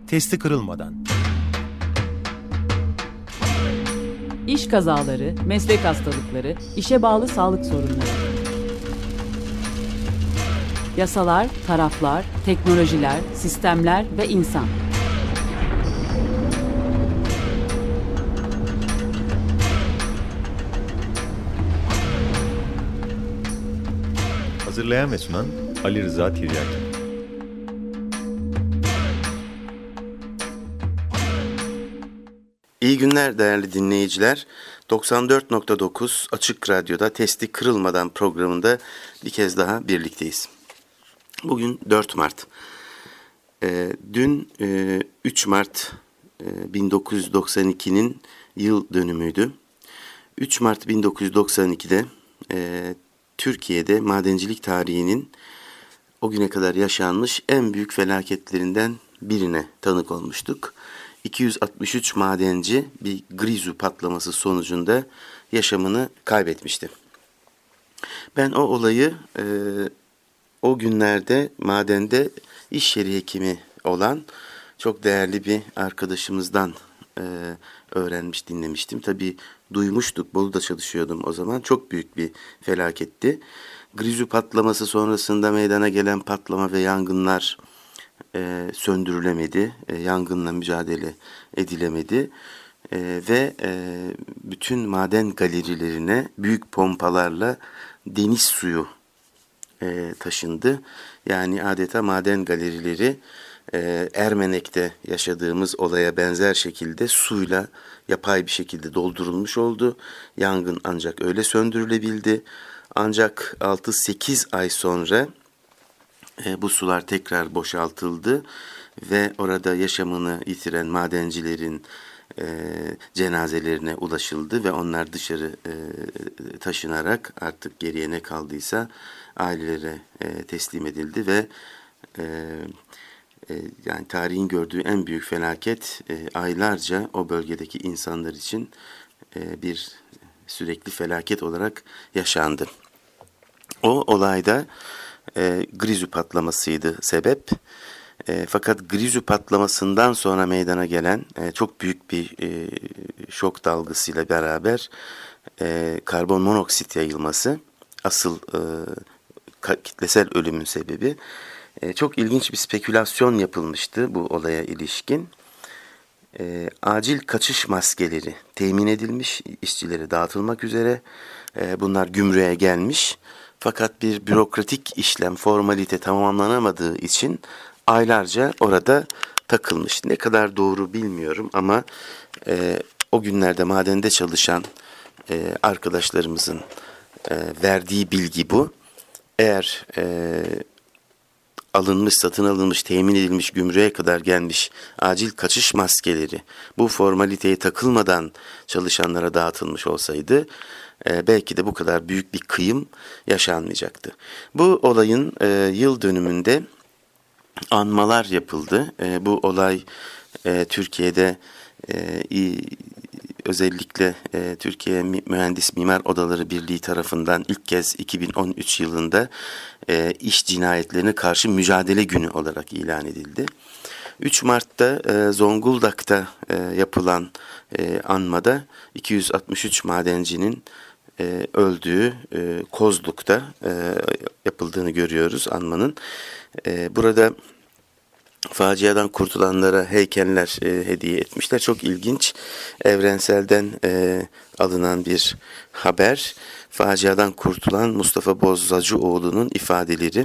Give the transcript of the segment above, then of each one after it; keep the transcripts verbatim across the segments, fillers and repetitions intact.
testi kırılmadan. İş kazaları, meslek hastalıkları, işe bağlı sağlık sorunları. Yasalar, taraflar, teknolojiler, sistemler ve insan. Hazırlayan ve sunan Ali Rıza Tiryaki. İyi günler değerli dinleyiciler. doksan dört nokta dokuz Açık Radyo'da Testi Kırılmadan programında bir kez daha birlikteyiz. Bugün dört Mart. Ee, dün e, üç Mart e, bin dokuz yüz doksan ikinin yıl dönümüydü. üç Mart bin dokuz yüz doksan ikide e, Türkiye'de madencilik tarihinin o güne kadar yaşanmış en büyük felaketlerinden birine tanık olmuştuk. iki yüz altmış üç madenci bir grizu patlaması sonucunda yaşamını kaybetmişti. Ben o olayı e, o günlerde madende iş yeri hekimi olan çok değerli bir arkadaşımızdan e, öğrenmiş, dinlemiştim. Tabii duymuştuk, Bolu'da çalışıyordum o zaman. Çok büyük bir felaketti. Grizu patlaması sonrasında meydana gelen patlama ve yangınlar e, söndürülemedi. E, yangınla mücadele edilemedi. E, ve e, bütün maden galerilerine büyük pompalarla deniz suyu e, taşındı. Yani adeta maden galerileri e, Ermenek'te yaşadığımız olaya benzer şekilde suyla yapay bir şekilde doldurulmuş oldu. Yangın ancak öyle söndürülebildi. Ancak altı sekiz ay sonra e, bu sular tekrar boşaltıldı ve orada yaşamını yitiren madencilerin e, cenazelerine ulaşıldı ve onlar dışarı e, taşınarak artık geriye ne kaldıysa ailelere e, teslim edildi ve e, e, yani tarihin gördüğü en büyük felaket e, aylarca o bölgedeki insanlar için e, bir sürekli felaket olarak yaşandı. O olayda e, grizu patlamasıydı sebep. E, fakat grizu patlamasından sonra meydana gelen e, çok büyük bir e, şok dalgasıyla beraber e, karbon monoksit yayılması asıl e, kitlesel ölümün sebebi. E, çok ilginç bir spekülasyon yapılmıştı bu olaya ilişkin. E, acil kaçış maskeleri temin edilmiş, işçilere dağıtılmak üzere. E, bunlar gümrüğe gelmiş. Fakat bir bürokratik işlem, formalite tamamlanamadığı için aylarca orada takılmış. Ne kadar doğru bilmiyorum ama e, o günlerde madende çalışan e, arkadaşlarımızın e, verdiği bilgi bu. Eğer e, alınmış, satın alınmış, temin edilmiş, gümrüğe kadar gelmiş acil kaçış maskeleri bu formaliteye takılmadan çalışanlara dağıtılmış olsaydı e, belki de bu kadar büyük bir kıyım yaşanmayacaktı. Bu olayın e, yıl dönümünde anmalar yapıldı. E, bu olay e, Türkiye'de e, özellikle e, Türkiye Mühendis Mimar Odaları Birliği tarafından ilk kez iki bin on üç yılında e, iş cinayetlerine karşı mücadele günü olarak ilan edildi. üç Mart'ta e, Zonguldak'ta e, yapılan e, anmada iki yüz altmış üç madencinin e, öldüğü e, Kozluk'ta e, yapıldığını görüyoruz anmanın. E, burada faciadan kurtulanlara heykeller e, hediye etmişler. Çok ilginç. Evrensel'den e, alınan bir haber. Faciadan kurtulan Mustafa Bozacıoğlu'nun ifadeleri.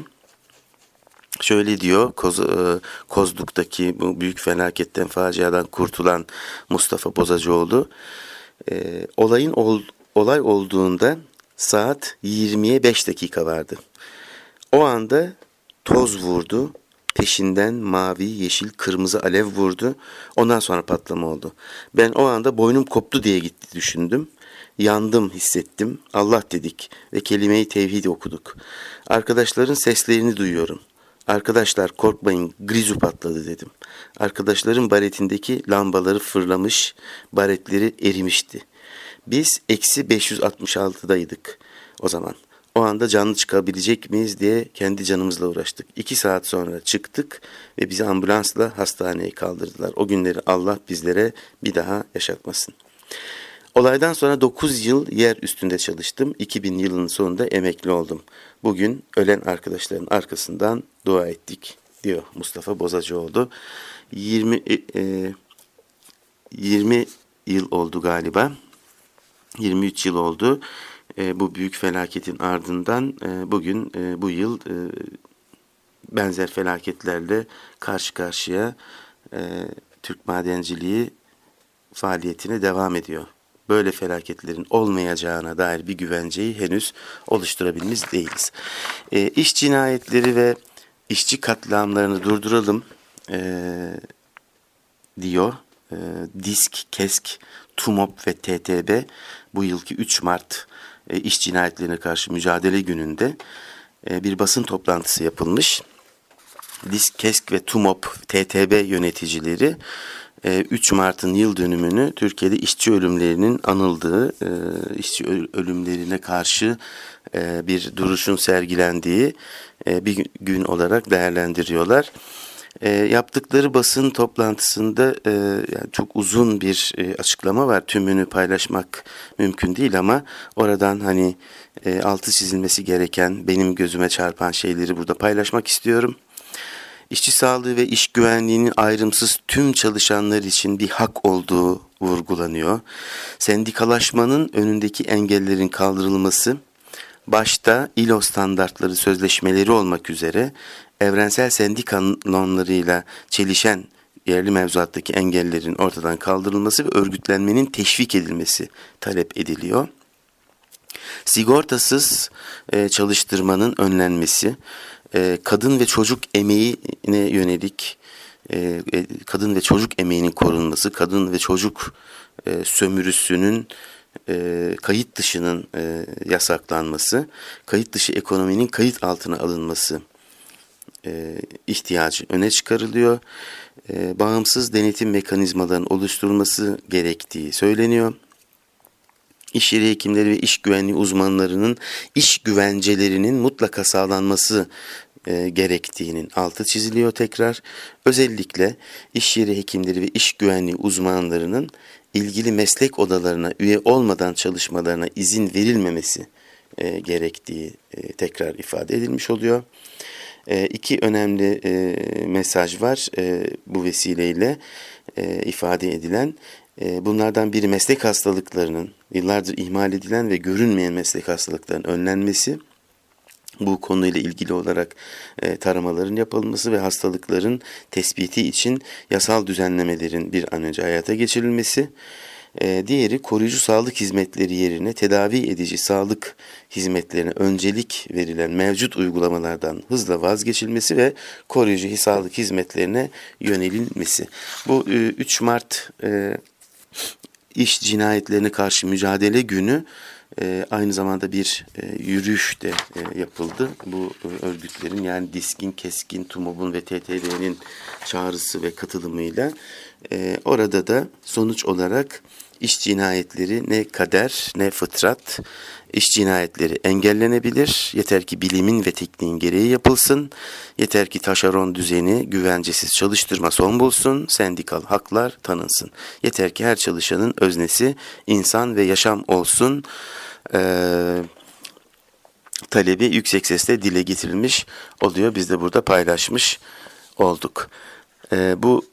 Şöyle diyor, Koz, e, Kozluk'taki bu büyük felaketten, faciadan kurtulan Mustafa Bozacıoğlu, e, olayın ol, olay olduğunda saat yirmiye beş dakika vardı. O anda toz vurdu. Peşinden mavi, yeşil, kırmızı alev vurdu. Ondan sonra patlama oldu. Ben o anda boynum koptu diye gitti düşündüm. Yandım hissettim. Allah dedik ve kelime-i tevhid okuduk. Arkadaşların seslerini duyuyorum. Arkadaşlar korkmayın, grizu patladı dedim. Arkadaşların baretindeki lambaları fırlamış, baretleri erimişti. Biz eksi beş yüz altmış altıdaydık o zaman. o anda canlı çıkabilecek miyiz diye kendi canımızla uğraştık. İki saat sonra çıktık ve bizi ambulansla hastaneye kaldırdılar. O günleri Allah bizlere bir daha yaşatmasın. Olaydan sonra dokuz yıl yer üstünde çalıştım. iki bin yılının sonunda emekli oldum. Bugün ölen arkadaşların arkasından dua ettik diyor Mustafa Bozacıoğlu. yirmi e, yirmi yıl oldu galiba. yirmi üç yıl oldu. E, bu büyük felaketin ardından e, bugün e, bu yıl e, benzer felaketlerle karşı karşıya e, Türk madenciliği faaliyetine devam ediyor. Böyle felaketlerin olmayacağına dair bir güvenceyi henüz oluşturabilmiş değiliz. E, iş cinayetleri ve işçi katliamlarını durduralım e, diyor. E, DİSK, KESK, TUMOP ve T T B bu yılki üç Mart e, iş cinayetlerine karşı mücadele gününde e, bir basın toplantısı yapılmış. DİSK, KESK ve TUMOP, T T B yöneticileri üç Mart'ın yıl dönümünü Türkiye'de işçi ölümlerinin anıldığı, işçi ölümlerine karşı bir duruşun sergilendiği bir gün olarak değerlendiriyorlar. Yaptıkları basın toplantısında çok uzun bir açıklama var. Tümünü paylaşmak mümkün değil ama oradan hani altı çizilmesi gereken, benim gözüme çarpan şeyleri burada paylaşmak istiyorum. İşçi sağlığı ve iş güvenliğinin ayrımsız tüm çalışanlar için bir hak olduğu vurgulanıyor. Sendikalaşmanın önündeki engellerin kaldırılması, başta İ L O standartları sözleşmeleri olmak üzere evrensel sendika normlarıyla çelişen yerli mevzuattaki engellerin ortadan kaldırılması ve örgütlenmenin teşvik edilmesi talep ediliyor. Sigortasız e, çalıştırmanın önlenmesi, kadın ve çocuk emeğine yönelik kadın ve çocuk emeğinin korunması, kadın ve çocuk sömürüsünün kayıt dışının yasaklanması, kayıt dışı ekonominin kayıt altına alınması ihtiyacı öne çıkarılıyor. Bağımsız denetim mekanizmalarının oluşturulması gerektiği söyleniyor. İş yeri hekimleri ve iş güvenliği uzmanlarının iş güvencelerinin mutlaka sağlanması e, gerektiğinin altı çiziliyor tekrar. Özellikle iş yeri hekimleri ve iş güvenliği uzmanlarının ilgili meslek odalarına üye olmadan çalışmalarına izin verilmemesi e, gerektiği e, tekrar ifade edilmiş oluyor. E, iki önemli e, mesaj var e, bu vesileyle e, ifade edilen. Bunlardan biri meslek hastalıklarının, yıllardır ihmal edilen ve görünmeyen meslek hastalıklarının önlenmesi, bu konuyla ilgili olarak taramaların yapılması ve hastalıkların tespiti için yasal düzenlemelerin bir an önce hayata geçirilmesi. Diğeri koruyucu sağlık hizmetleri yerine tedavi edici sağlık hizmetlerine öncelik verilen mevcut uygulamalardan hızla vazgeçilmesi ve koruyucu sağlık hizmetlerine yönelilmesi. Bu üç Mart İş cinayetlerine karşı mücadele günü e, aynı zamanda bir e, yürüyüş de e, yapıldı. Bu e, örgütlerin yani DİSK'in, KESK'in, TUMOP'un ve T T B'nin çağrısı ve katılımıyla e, orada da sonuç olarak iş cinayetleri ne kader ne fıtrat, iş cinayetleri engellenebilir. Yeter ki bilimin ve tekniğin gereği yapılsın. Yeter ki taşeron düzeni, güvencesiz çalıştırma son bulsun. Sendikal haklar tanınsın. Yeter ki her çalışanın öznesi insan ve yaşam olsun. Ee, talebi yüksek sesle dile getirilmiş oluyor. Biz de burada paylaşmış olduk. Ee, bu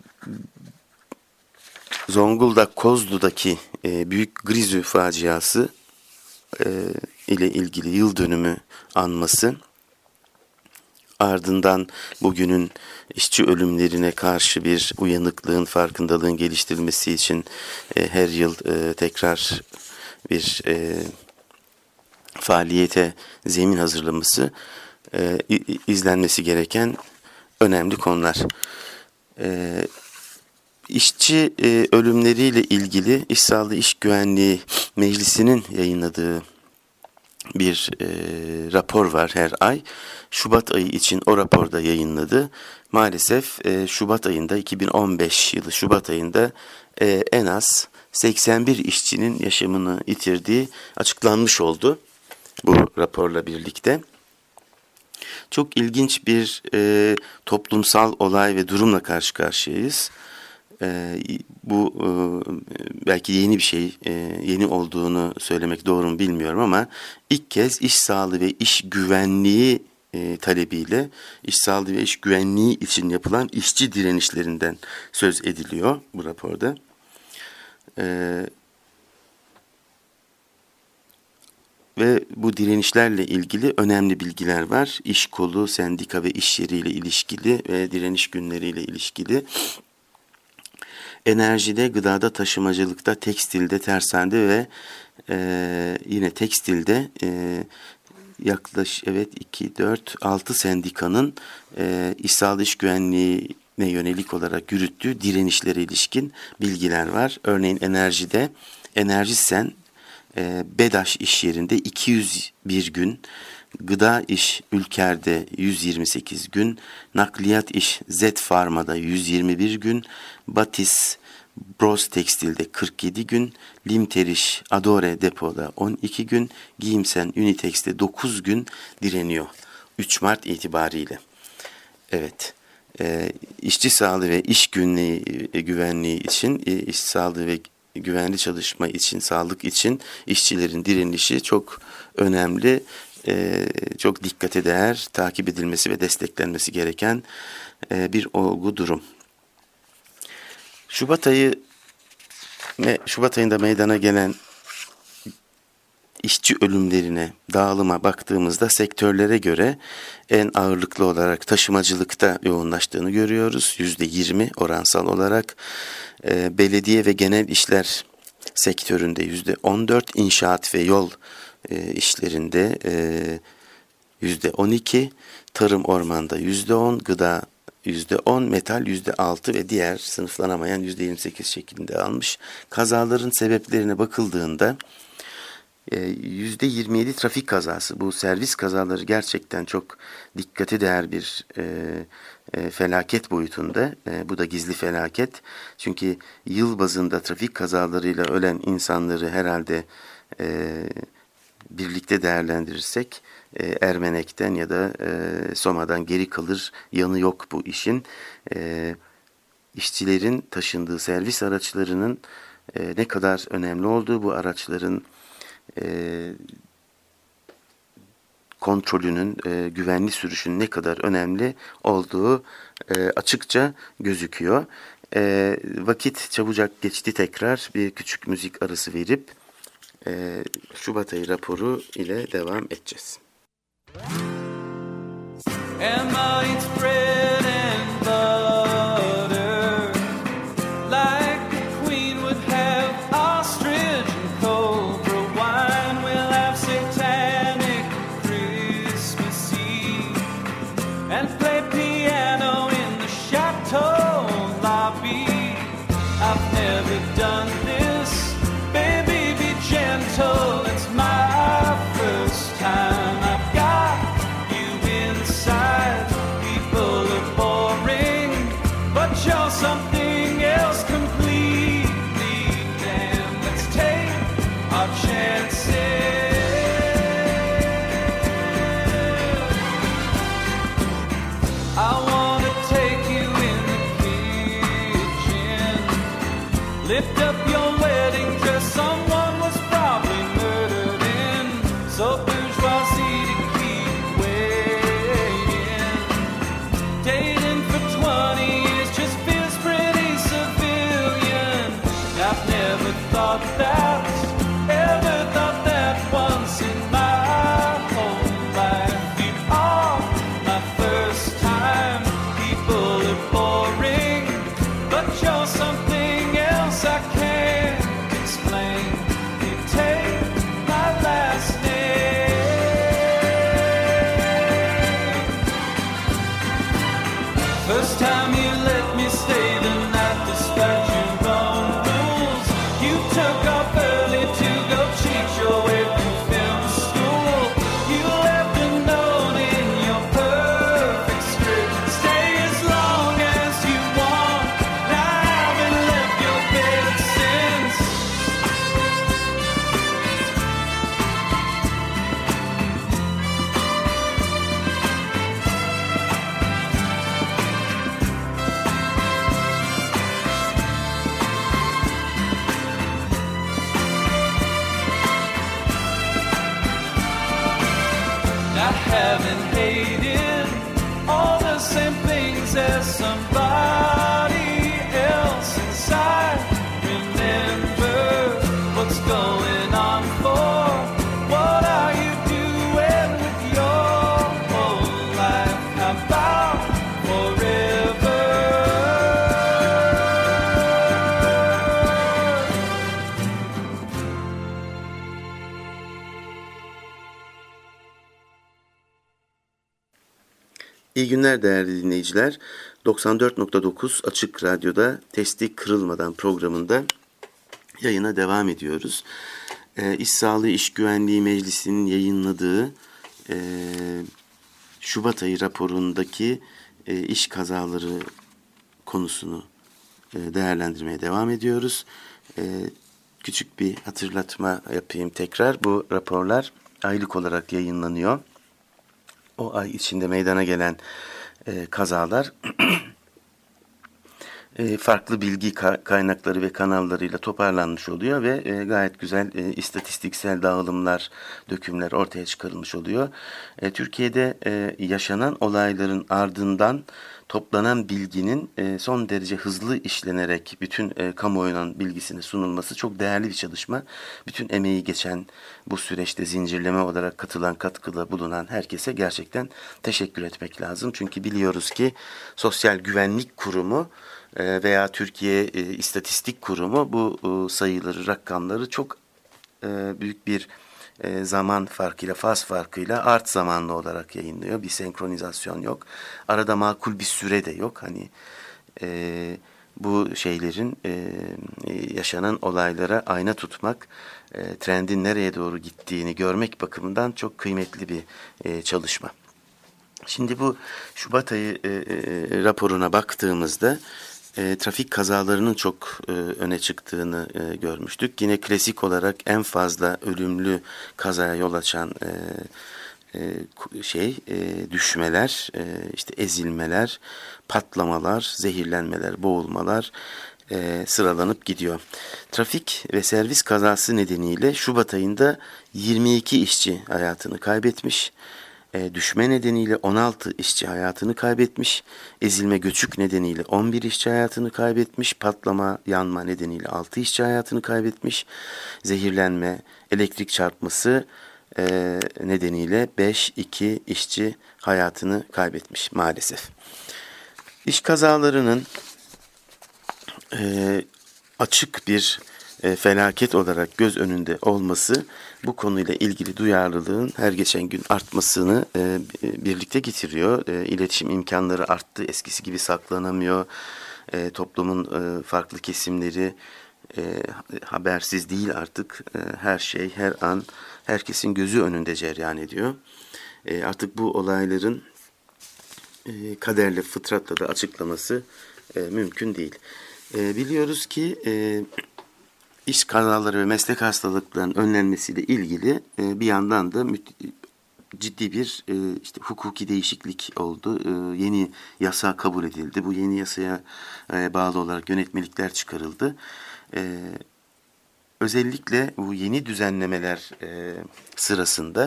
Zonguldak Kozlu'daki e, büyük Grizü faciası e, ile ilgili yıl dönümü anması, ardından bugünün işçi ölümlerine karşı bir uyanıklığın, farkındalığın geliştirilmesi için e, her yıl e, tekrar bir e, faaliyete zemin hazırlaması e, izlenmesi gereken önemli konular. E, İşçi e, ölümleriyle ilgili İş Sağlığı İş Güvenliği Meclisi'nin yayınladığı bir e, rapor var her ay. Şubat ayı için o raporda yayınladı. Maalesef e, Şubat ayında iki bin on beş yılı Şubat ayında e, en az seksen bir işçinin yaşamını yitirdiği açıklanmış oldu. bu raporla birlikte. Çok ilginç bir e, toplumsal olay ve durumla karşı karşıyayız. E, bu e, belki yeni bir şey, e, yeni olduğunu söylemek doğru mu bilmiyorum ama ilk kez iş sağlığı ve iş güvenliği e, talebiyle iş sağlığı ve iş güvenliği için yapılan işçi direnişlerinden söz ediliyor bu raporda. E, Ve bu direnişlerle ilgili önemli bilgiler var. İş kolu, sendika ve iş yeriyle ilişkili ve direniş günleriyle ilişkili. Enerjide, gıdada, taşımacılıkta, tekstilde, tersanede ve e, yine tekstilde e, yaklaşık evet iki, dört, altı sendikanın e, iş sağlığı iş güvenliğine yönelik olarak yürüttüğü direnişlere ilişkin bilgiler var. Örneğin enerjide, Enerjisen E, BEDAŞ iş yerinde iki yüz bir gün, Gıda iş Ülker'de yüz yirmi sekiz gün, Nakliyat iş Z Farma'da yüz yirmi bir gün, Batis Bros Tekstil'de kırk yedi gün, Limteriş Adore Depo'da on iki gün, Giyimsen Unitex'te dokuz gün direniyor üç Mart itibariyle. Evet. E, işçi sağlığı ve iş günlüğü, e, güvenliği için e, iş sağlığı ve güvenli çalışma için, sağlık için işçilerin direnişi çok önemli, e, çok dikkate değer, takip edilmesi ve desteklenmesi gereken e, bir olgu durum. Şubat ayı, Şubat ayında meydana gelen işçi ölümlerine, dağılıma baktığımızda sektörlere göre en ağırlıklı olarak taşımacılıkta yoğunlaştığını görüyoruz. yüzde yirmi oransal olarak. E, belediye ve genel işler sektöründe yüzde on dört, inşaat ve yol e, işlerinde e, yüzde on iki, tarım ormanda yüzde on, gıda yüzde on, metal yüzde altı ve diğer sınıflanamayan yüzde yirmi sekiz şeklinde almış. Kazaların sebeplerine bakıldığında yüzde yirmi yedi trafik kazası. Bu servis kazaları gerçekten çok dikkate değer bir e, e, felaket boyutunda. E, bu da gizli felaket. Çünkü yıl bazında trafik kazalarıyla ölen insanları herhalde e, birlikte değerlendirirsek e, Ermenek'ten ya da e, Soma'dan geri kalır yanı yok bu işin. E, işçilerin taşındığı servis araçlarının e, ne kadar önemli olduğu, bu araçların E, kontrolünün, e, güvenli sürüşün ne kadar önemli olduğu e, açıkça gözüküyor. E, vakit çabucak geçti, tekrar bir küçük müzik arası verip e, Şubat ayı raporu ile devam edeceğiz. Something else I can't I haven't hated all the same things as somebody else inside. Remember what's going on for. What are you doing with your whole life? How about forever? İyi günler değerli dinleyiciler. doksan dört nokta dokuz Açık Radyo'da Testi Kırılmadan programında yayına devam ediyoruz. E, İş Sağlığı İş Güvenliği Meclisi'nin yayınladığı e, Şubat ayı raporundaki e, iş kazaları konusunu e, değerlendirmeye devam ediyoruz. E, küçük bir hatırlatma yapayım tekrar. Bu raporlar aylık olarak yayınlanıyor. O ay içinde meydana gelen e, kazalar e, farklı bilgi ka- kaynakları ve kanallarıyla toparlanmış oluyor ve e, gayet güzel e, istatistiksel dağılımlar, dökümler ortaya çıkarılmış oluyor. E, Türkiye'de e, yaşanan olayların ardından toplanan bilginin e, son derece hızlı işlenerek bütün e, kamuoyunun bilgisine sunulması çok değerli bir çalışma. Bütün emeği geçen bu süreçte zincirleme olarak katılan, katkıda bulunan herkese gerçekten teşekkür etmek lazım. Çünkü biliyoruz ki Sosyal Güvenlik Kurumu e, veya Türkiye e, İstatistik Kurumu bu e, sayıları, rakamları çok e, büyük bir E, zaman farkıyla, faz farkıyla art zamanlı olarak yayınlıyor. Bir senkronizasyon yok. Arada makul bir süre de yok. Hani e, bu şeylerin e, yaşanan olaylara ayna tutmak, e, trendin nereye doğru gittiğini görmek bakımından çok kıymetli bir e, çalışma. Şimdi bu Şubat ayı e, e, raporuna baktığımızda E, trafik kazalarının çok e, öne çıktığını e, görmüştük. Yine klasik olarak en fazla ölümlü kazaya yol açan e, e, şey e, düşmeler, e, işte ezilmeler, patlamalar, zehirlenmeler, boğulmalar e, sıralanıp gidiyor. Trafik ve servis kazası nedeniyle Şubat ayında yirmi iki işçi hayatını kaybetmiş. E, düşme nedeniyle on altı işçi hayatını kaybetmiş, ezilme göçük nedeniyle on bir işçi hayatını kaybetmiş, patlama, yanma nedeniyle altı işçi hayatını kaybetmiş, zehirlenme, elektrik çarpması e, nedeniyle beş iki işçi hayatını kaybetmiş maalesef. İş kazalarının e, açık bir e, felaket olarak göz önünde olması bu konuyla ilgili duyarlılığın her geçen gün artmasını e, birlikte getiriyor. E, iletişim imkanları arttı, eskisi gibi saklanamıyor. E, toplumun e, farklı kesimleri e, habersiz değil artık. E, her şey, her an, herkesin gözü önünde cereyan ediyor. E, artık bu olayların e, kaderle, fıtratla da açıklaması e, mümkün değil. E, biliyoruz ki e, İş kazaları ve meslek hastalıklarının önlenmesiyle ilgili e, bir yandan da ciddi bir e, işte hukuki değişiklik oldu. E, yeni yasa kabul edildi. Bu yeni yasaya e, bağlı olarak yönetmelikler çıkarıldı. E, özellikle bu yeni düzenlemeler e, sırasında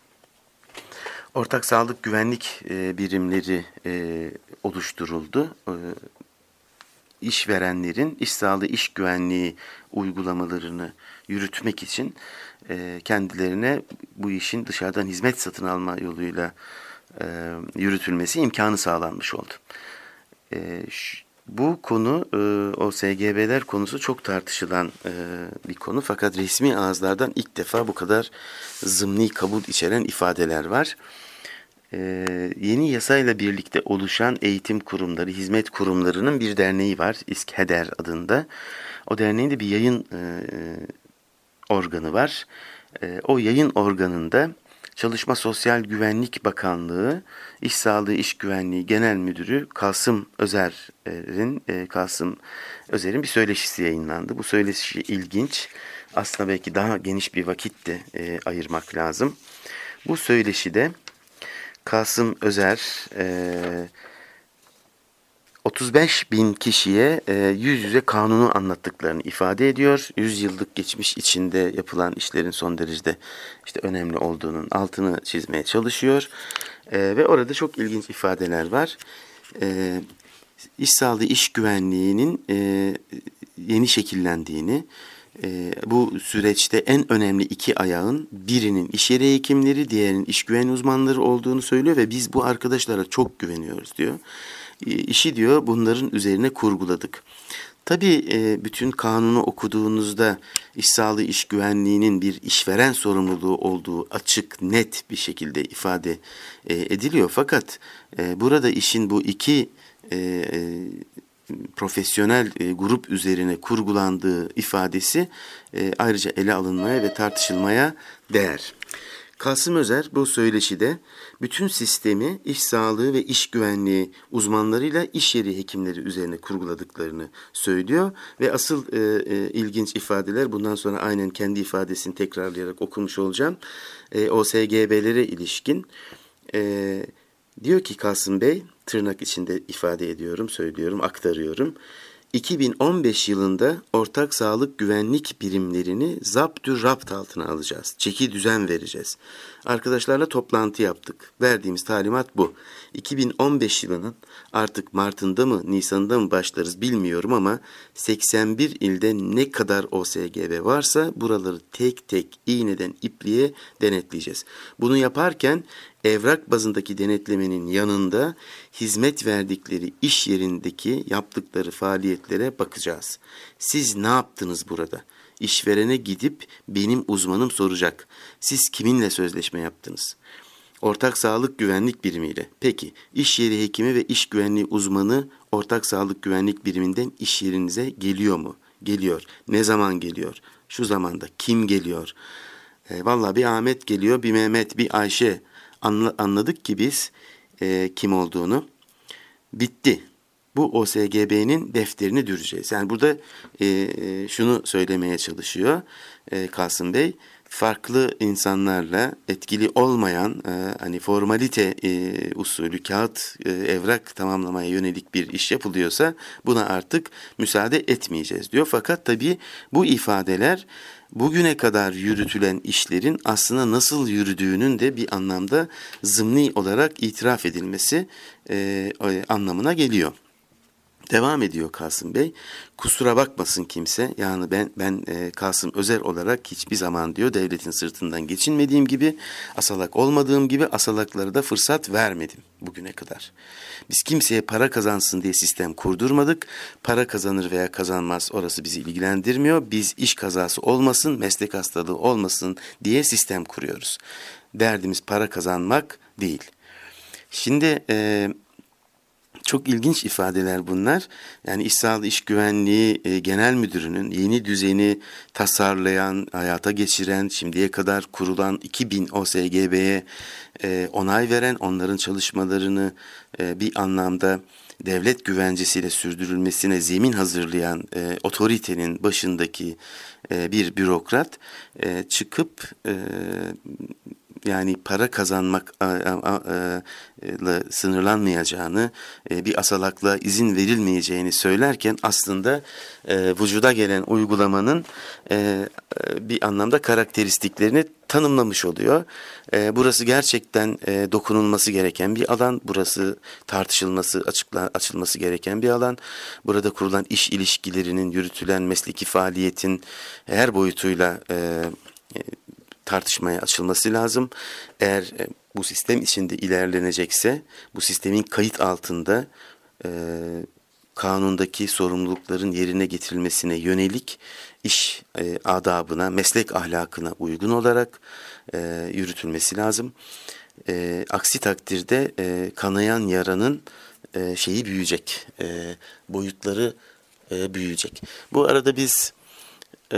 ortak sağlık güvenlik e, birimleri e, oluşturuldu. E, İşverenlerin iş sağlığı, iş güvenliği uygulamalarını yürütmek için e, kendilerine bu işin dışarıdan hizmet satın alma yoluyla e, yürütülmesi imkanı sağlanmış oldu. E, ş, bu konu, e, o S G B'ler konusu çok tartışılan e, bir konu. Fakat resmi ağızlardan ilk defa bu kadar zımni kabul içeren ifadeler var. Ee, yeni yasayla birlikte oluşan eğitim kurumları, hizmet kurumlarının bir derneği var. İSKHEDER adında. O derneğin de bir yayın e, organı var. E, o yayın organında Çalışma Sosyal Güvenlik Bakanlığı, İş Sağlığı İş Güvenliği Genel Müdürü Kasım Özer'in e, Kasım Özer'in bir söyleşisi yayınlandı. Bu söyleşi ilginç. Aslında belki daha geniş bir vakit de e, ayırmak lazım. Bu söyleşide Kasım Özer e, otuz beş bin kişiye e, yüz yüze kanunu anlattıklarını ifade ediyor. yüz yıllık geçmiş içinde yapılan işlerin son derece işte önemli olduğunun altını çizmeye çalışıyor. E, ve orada çok ilginç ifadeler var. E, iş sağlığı, iş güvenliğinin e, yeni şekillendiğini, e, bu süreçte en önemli iki ayağın birinin iş yeri hekimleri, diğerinin iş güvenliği uzmanları olduğunu söylüyor ve biz bu arkadaşlara çok güveniyoruz diyor. E, işi diyor bunların üzerine kurguladık. Tabii e, bütün kanunu okuduğunuzda iş sağlığı, iş güvenliğinin bir işveren sorumluluğu olduğu açık, net bir şekilde ifade e, ediliyor. Fakat e, burada işin bu iki e, e, profesyonel e, grup üzerine kurgulandığı ifadesi e, ayrıca ele alınmaya ve tartışılmaya değer. Kasım Özer bu söyleşide bütün sistemi iş sağlığı ve iş güvenliği uzmanlarıyla iş yeri hekimleri üzerine kurguladıklarını söylüyor ve asıl e, e, ilginç ifadeler, bundan sonra aynen kendi ifadesini tekrarlayarak okumuş olacağım. E, O S G B'lere ilişkin e, diyor ki Kasım Bey, tırnak içinde ifade ediyorum, söylüyorum, aktarıyorum. iki bin on beş yılında ortak sağlık güvenlik birimlerini zaptü rapt altına alacağız. Çeki düzen vereceğiz. Arkadaşlarla toplantı yaptık. Verdiğimiz talimat bu. iki bin on beş yılının artık Mart'ında mı Nisan'da mı başlarız bilmiyorum ama seksen bir ilde ne kadar O S G B varsa buraları tek tek iğneden ipliğe denetleyeceğiz. Bunu yaparken evrak bazındaki denetlemenin yanında hizmet verdikleri iş yerindeki yaptıkları faaliyetlere bakacağız. Siz ne yaptınız burada? İşverene gidip benim uzmanım soracak. Siz kiminle sözleşme yaptınız? Ortak sağlık güvenlik birimiyle. Peki iş yeri hekimi ve iş güvenliği uzmanı ortak sağlık güvenlik biriminden iş yerinize geliyor mu? Geliyor. Ne zaman geliyor? Şu zamanda. Kim geliyor? E, vallahi bir Ahmet geliyor, bir Mehmet, bir Ayşe. Anla, anladık ki biz e, kim olduğunu. Bitti. Bu O S G B'nin defterini düreceğiz. Yani burada e, e, şunu söylemeye çalışıyor e, Kasım Bey. Farklı insanlarla etkili olmayan e, hani formalite e, usulü kağıt e, evrak tamamlamaya yönelik bir iş yapılıyorsa buna artık müsaade etmeyeceğiz diyor. Fakat tabii bu ifadeler bugüne kadar yürütülen işlerin aslında nasıl yürüdüğünün de bir anlamda zımni olarak itiraf edilmesi e, anlamına geliyor. Devam ediyor Kasım Bey. Kusura bakmasın kimse. Yani ben ben e, Kasım Özer olarak hiçbir zaman diyor devletin sırtından geçinmediğim gibi, asalak olmadığım gibi asalaklara da fırsat vermedim bugüne kadar. Biz kimseye para kazansın diye sistem kurdurmadık. Para kazanır veya kazanmaz orası bizi ilgilendirmiyor. Biz iş kazası olmasın, meslek hastalığı olmasın diye sistem kuruyoruz. Derdimiz para kazanmak değil. Şimdi e, çok ilginç ifadeler bunlar. Yani İş Sağlığı İş Güvenliği e, Genel Müdürü'nün yeni düzeni tasarlayan, hayata geçiren, şimdiye kadar kurulan iki bin O S G B'ye e, onay veren, onların çalışmalarını e, bir anlamda devlet güvencesiyle sürdürülmesine zemin hazırlayan e, otoritenin başındaki e, bir bürokrat e, çıkıp e, yani para kazanmakla sınırlanmayacağını, bir asalaklığa izin verilmeyeceğini söylerken aslında vücuda gelen uygulamanın bir anlamda karakteristiklerini tanımlamış oluyor. Burası gerçekten dokunulması gereken bir alan. Burası tartışılması, açıkla, açılması gereken bir alan. Burada kurulan iş ilişkilerinin, yürütülen mesleki faaliyetin her boyutuyla tartışmaya açılması lazım. Eğer e, bu sistem içinde ilerlenecekse bu sistemin kayıt altında e, kanundaki sorumlulukların yerine getirilmesine yönelik iş e, adabına, meslek ahlakına uygun olarak e, yürütülmesi lazım. E, aksi takdirde e, kanayan yaranın e, şeyi büyüyecek, e, boyutları e, büyüyecek. Bu arada biz e,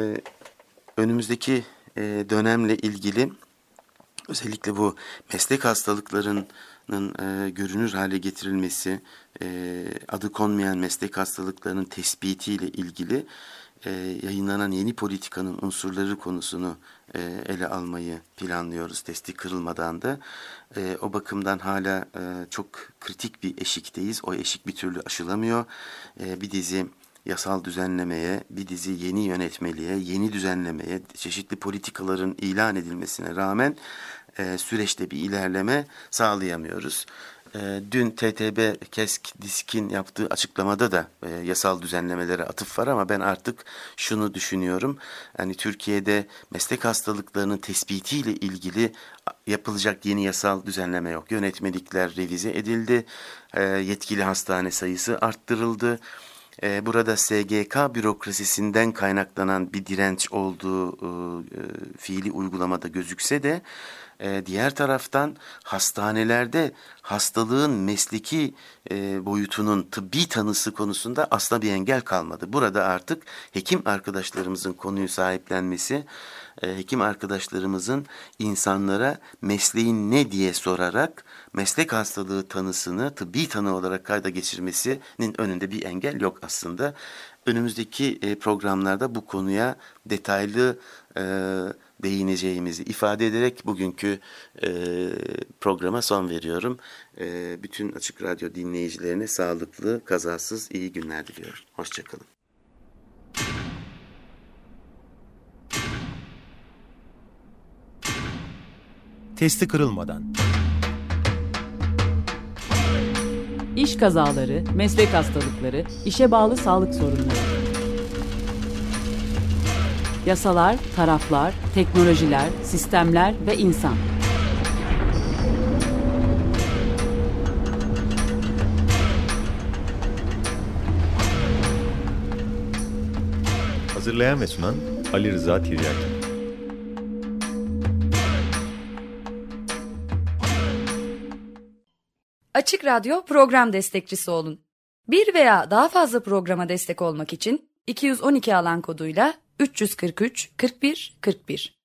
önümüzdeki dönemle ilgili özellikle bu meslek hastalıklarının e, görünür hale getirilmesi, e, adı konmayan meslek hastalıklarının tespitiyle ilgili e, yayınlanan yeni politikanın unsurları konusunu e, ele almayı planlıyoruz. Testi kırılmadan da. E, o bakımdan hala e, çok kritik bir eşikteyiz. O eşik bir türlü aşılamıyor. E, bir dizi yasal düzenlemeye, bir dizi yeni yönetmeliğe, yeni düzenlemeye, çeşitli politikaların ilan edilmesine rağmen e, süreçte bir ilerleme sağlayamıyoruz. E, dün T T B KESK DİSK'in yaptığı açıklamada da e, yasal düzenlemelere atıf var ama ben artık şunu düşünüyorum. Yani Türkiye'de meslek hastalıklarının tespitiyle ilgili yapılacak yeni yasal düzenleme yok. Yönetmelikler revize edildi, e, yetkili hastane sayısı arttırıldı. Burada S G K bürokrasisinden kaynaklanan bir direnç olduğu e, fiili uygulamada gözükse de e, diğer taraftan hastanelerde hastalığın mesleki e, boyutunun tıbbi tanısı konusunda asla bir engel kalmadı. Burada artık hekim arkadaşlarımızın konuyu sahiplenmesi, e, hekim arkadaşlarımızın insanlara mesleğin ne diye sorarak meslek hastalığı tanısını tıbbi tanı olarak kayda geçirmesinin önünde bir engel yok aslında. Önümüzdeki e, programlarda bu konuya detaylı e, değineceğimizi ifade ederek bugünkü e, programa son veriyorum. E, bütün Açık Radyo dinleyicilerine sağlıklı, kazasız, iyi günler diliyorum. Hoşçakalın. Testi kırılmadan. İş kazaları, meslek hastalıkları, işe bağlı sağlık sorunları. Yasalar, taraflar, teknolojiler, sistemler ve insan. Hazırlayan ve sunan Ali Rıza Tiryaki. Açık Radyo program destekçisi olun. Bir veya daha fazla programa destek olmak için iki yüz on iki alan koduyla üç yüz kırk üç kırk bir kırk bir